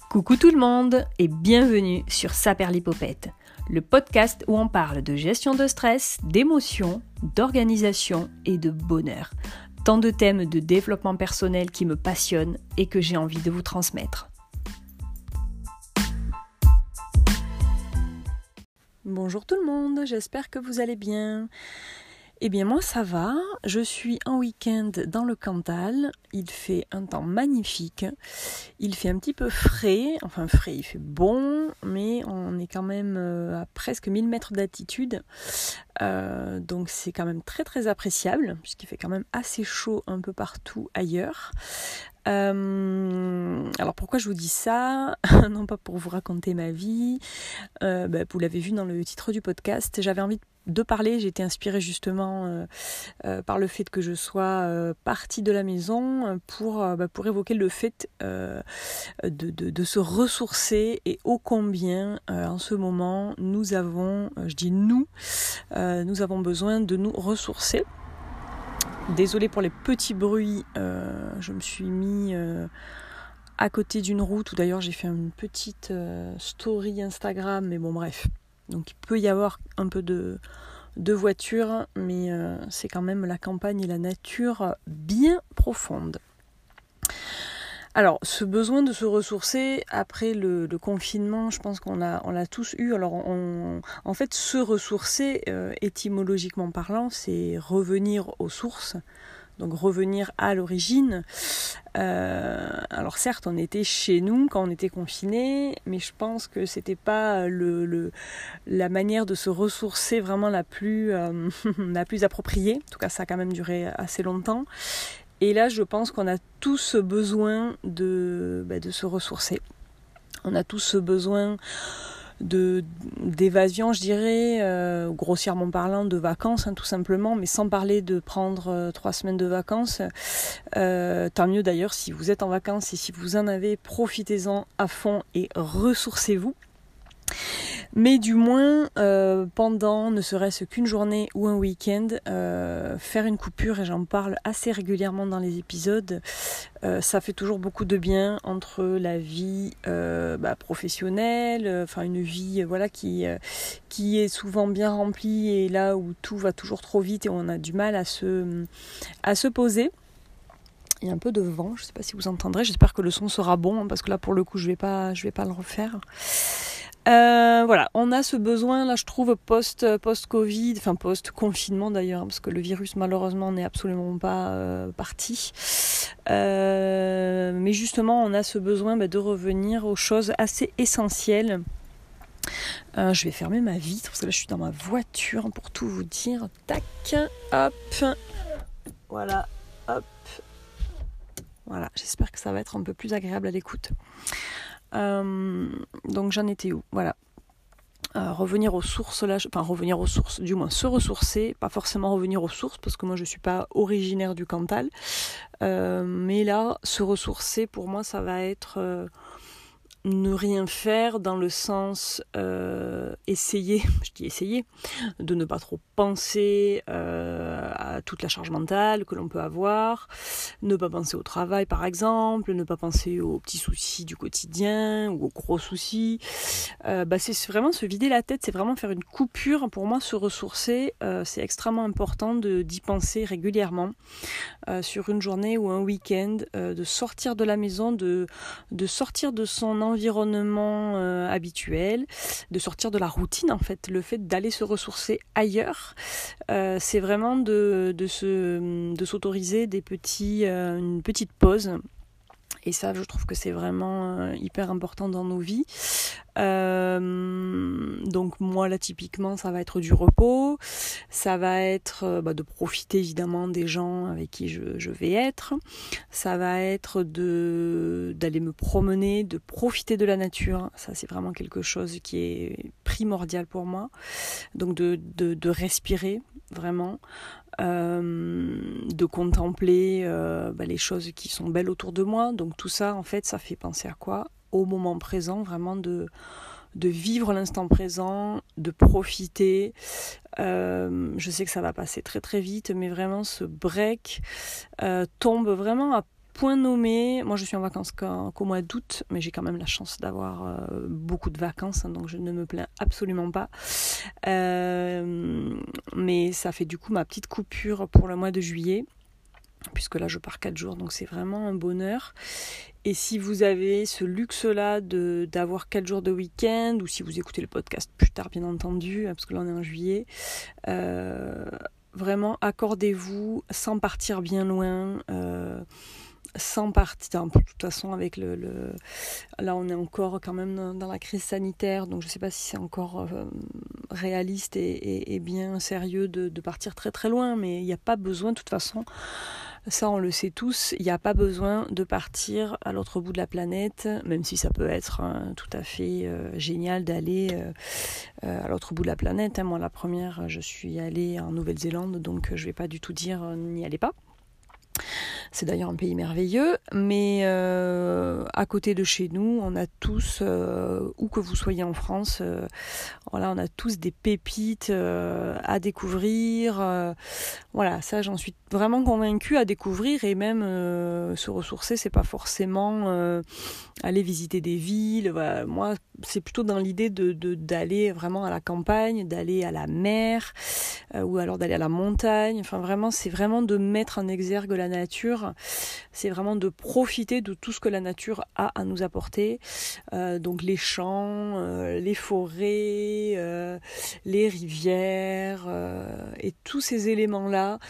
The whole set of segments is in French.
Coucou tout le monde et bienvenue sur Saperlipopette, le podcast où on parle de gestion de stress, d'émotions, d'organisation et de bonheur. Tant de thèmes de développement personnel qui me passionnent et que j'ai envie de vous transmettre. Bonjour tout le monde, j'espère que vous allez bien. Eh bien moi ça va, je suis en week-end dans le Cantal, il fait un temps magnifique, il fait un petit peu frais, il fait bon, mais on est quand même à presque 1000 mètres d'altitude, donc c'est quand même très très appréciable, puisqu'il fait quand même assez chaud un peu partout ailleurs. Alors pourquoi je vous dis ça? Non pas pour vous raconter ma vie, vous l'avez vu dans le titre du podcast, j'avais envie de parler, j'ai été inspirée justement par le fait que je sois partie de la maison pour évoquer le fait de se ressourcer et ô combien en ce moment nous avons, nous avons besoin de nous ressourcer. Désolée pour les petits bruits, je me suis mis à côté d'une route où d'ailleurs j'ai fait une petite story Instagram, mais bon bref. Donc il peut y avoir un peu de voitures, mais c'est quand même la campagne et la nature bien profonde. Alors, ce besoin de se ressourcer après le confinement, je pense qu'on l'a tous eu. Alors, en fait, se ressourcer, étymologiquement parlant, c'est revenir aux sources. Donc revenir à l'origine. Alors certes, on était chez nous quand on était confinés, mais je pense que c'était pas la manière de se ressourcer vraiment la plus appropriée. En tout cas, ça a quand même duré assez longtemps. Et là, je pense qu'on a tous besoin de se ressourcer. On a tous besoin d'évasion, je dirais, grossièrement parlant, de vacances, tout simplement, mais sans parler de prendre 3 semaines de vacances. Tant mieux d'ailleurs si vous êtes en vacances et si vous en avez, profitez-en à fond et ressourcez-vous. Mais du moins, pendant ne serait-ce qu'une journée ou un week-end, faire une coupure, et j'en parle assez régulièrement dans les épisodes, ça fait toujours beaucoup de bien entre la vie professionnelle, une vie qui est souvent bien remplie et là où tout va toujours trop vite et on a du mal à se poser. Il y a un peu de vent, je ne sais pas si vous entendrez, j'espère que le son sera bon, parce que là pour le coup je vais pas le refaire. On a ce besoin là, je trouve, post-Covid, post-confinement d'ailleurs, parce que le virus malheureusement n'est absolument pas parti. Mais justement, on a ce besoin de revenir aux choses assez essentielles. Je vais fermer ma vitre parce que là je suis dans ma voiture pour tout vous dire. Tac, hop, voilà, hop. Voilà, j'espère que ça va être un peu plus agréable à l'écoute. Donc j'en étais où? Voilà. Revenir aux sources, du moins se ressourcer, pas forcément revenir aux sources, parce que moi je suis pas originaire du Cantal. Mais là, se ressourcer, pour moi, ça va être ne rien faire dans le sens essayer de ne pas trop penser à toute la charge mentale que l'on peut avoir, ne pas penser au travail par exemple, ne pas penser aux petits soucis du quotidien ou aux gros soucis. C'est vraiment se vider la tête, c'est vraiment faire une coupure. Pour moi, se ressourcer, c'est extrêmement important d'y penser régulièrement sur une journée ou un week-end, de sortir de la maison, de sortir de son environnement habituel, de sortir de la routine en fait. Le fait d'aller se ressourcer ailleurs, c'est vraiment de s'autoriser une petite pause. Et ça, je trouve que c'est vraiment hyper important dans nos vies. Donc moi, là, typiquement, ça va être du repos. Ça va être de profiter, évidemment, des gens avec qui je vais être. Ça va être d'aller me promener, de profiter de la nature. Ça, c'est vraiment quelque chose qui est primordial pour moi. Donc de respirer, vraiment. De contempler les choses qui sont belles autour de moi. Donc tout ça, en fait, ça fait penser à quoi? Au moment présent, vraiment de vivre l'instant présent, de profiter. Je sais que ça va passer très très vite, mais vraiment ce break tombe vraiment à point nommé, moi je suis en vacances qu'au mois d'août, mais j'ai quand même la chance d'avoir beaucoup de vacances, hein, donc je ne me plains absolument pas. Mais ça fait du coup ma petite coupure pour le mois de juillet, puisque là je pars 4 jours, donc c'est vraiment un bonheur. Et si vous avez ce luxe-là d'avoir 4 jours de week-end, ou si vous écoutez le podcast plus tard bien entendu, parce que là on est en juillet, vraiment accordez-vous sans partir bien loin, sans partir, de toute façon avec là on est encore quand même dans la crise sanitaire, donc je ne sais pas si c'est encore réaliste et bien sérieux de partir très très loin, mais il n'y a pas besoin de toute façon, ça on le sait tous, il n'y a pas besoin de partir à l'autre bout de la planète, même si ça peut être tout à fait génial d'aller à l'autre bout de la planète. Moi la première, je suis allée en Nouvelle-Zélande, donc je ne vais pas du tout dire n'y allez pas. C'est d'ailleurs un pays merveilleux, mais à côté de chez nous, on a tous, où que vous soyez en France, voilà, on a tous des pépites à découvrir. Voilà, ça j'en suis vraiment convaincue, à découvrir, et même se ressourcer, c'est pas forcément aller visiter des villes. Voilà, moi, c'est plutôt dans l'idée d'aller vraiment à la campagne, d'aller à la mer, ou alors d'aller à la montagne. Enfin vraiment, c'est vraiment de mettre en exergue la nature. C'est vraiment de profiter de tout ce que la nature a à nous apporter. Donc les champs, les forêts, les rivières, et tous ces éléments-là,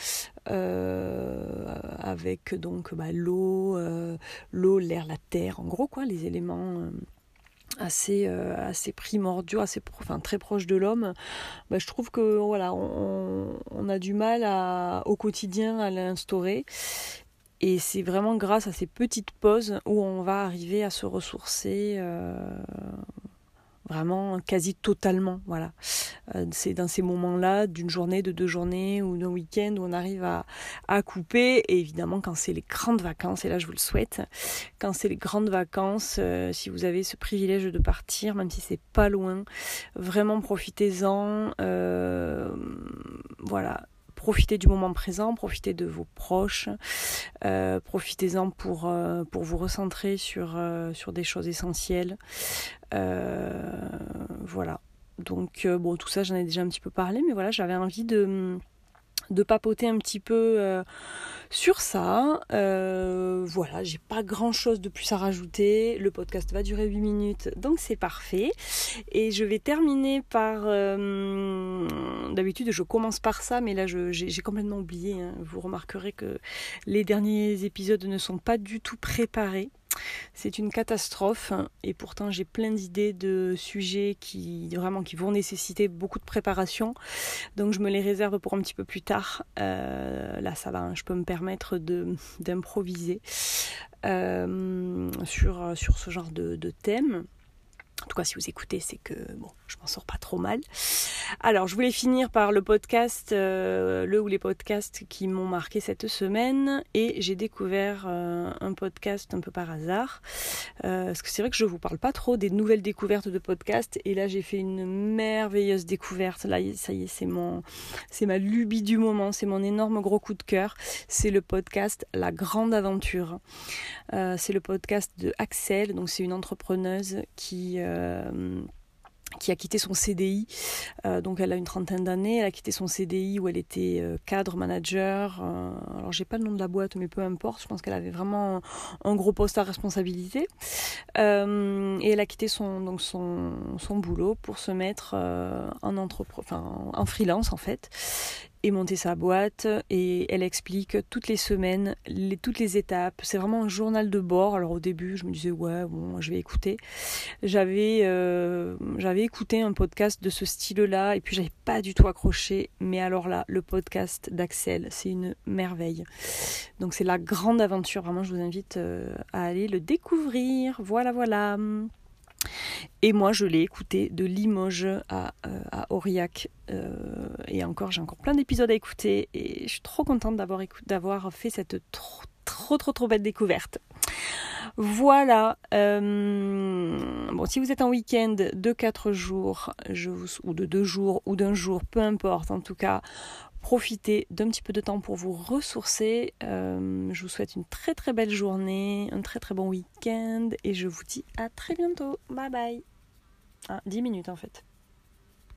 avec donc l'eau, l'air, la terre, en gros quoi, les éléments assez primordiaux, très proches de l'homme. Je trouve que voilà, on a du mal au quotidien à l'instaurer. Et c'est vraiment grâce à ces petites pauses où on va arriver à se ressourcer vraiment quasi totalement. Voilà. C'est dans ces moments-là, d'une journée, de 2 journées ou d'un week-end, où on arrive à couper. Et évidemment, quand c'est les grandes vacances, et là je vous le souhaite, quand c'est les grandes vacances, si vous avez ce privilège de partir, même si c'est pas loin, vraiment profitez-en. Voilà. Profitez du moment présent, profitez de vos proches, profitez-en pour vous recentrer sur des choses essentielles. Voilà. Donc tout ça j'en ai déjà un petit peu parlé, mais voilà, j'avais envie de papoter un petit peu sur ça. Voilà, j'ai pas grand chose de plus à rajouter. Le podcast va durer 8 minutes, donc c'est parfait. Et je vais terminer par... d'habitude je commence par ça, mais là j'ai complètement oublié, hein. Vous remarquerez que les derniers épisodes ne sont pas du tout préparés. C'est une catastrophe, et pourtant j'ai plein d'idées de sujets qui vont nécessiter beaucoup de préparation, donc je me les réserve pour un petit peu plus tard. Là ça va, hein, je peux me permettre d'improviser sur ce genre de thème. En tout cas, si vous écoutez, c'est que je m'en sors pas trop mal. Alors, je voulais finir par le podcast, le ou les podcasts qui m'ont marqué cette semaine. Et j'ai découvert un podcast un peu par hasard. Parce que c'est vrai que je vous parle pas trop des nouvelles découvertes de podcasts. Et là, j'ai fait une merveilleuse découverte. Là, ça y est, c'est ma lubie du moment. C'est mon énorme gros coup de cœur. C'est le podcast La Grande Aventure. C'est le podcast de Axel. Donc, c'est une entrepreneuse qui a quitté son CDI, donc elle a une trentaine d'années, elle a quitté son CDI où elle était cadre manager, alors j'ai pas le nom de la boîte mais peu importe, je pense qu'elle avait vraiment un gros poste à responsabilité, et elle a quitté son boulot pour se mettre en freelance en fait, et monter sa boîte, et elle explique toutes les semaines, toutes les étapes. C'est vraiment un journal de bord. Alors au début, je me disais je vais écouter. J'avais écouté un podcast de ce style-là, et puis j'avais pas du tout accroché. Mais alors là, le podcast d'Axel, c'est une merveille. Donc c'est La Grande Aventure. Vraiment, je vous invite à aller le découvrir. Voilà. Et moi, je l'ai écouté de Limoges à Aurillac. Et j'ai encore plein d'épisodes à écouter. Et je suis trop contente d'avoir fait cette trop belle découverte. Voilà. Si vous êtes en week-end de 4 jours, ou de 2 jours, ou d'un jour, peu importe. En tout cas, Profitez d'un petit peu de temps pour vous ressourcer. Je vous souhaite une très très belle journée, un très très bon week-end et je vous dis à très bientôt. Bye bye. 10 minutes en fait.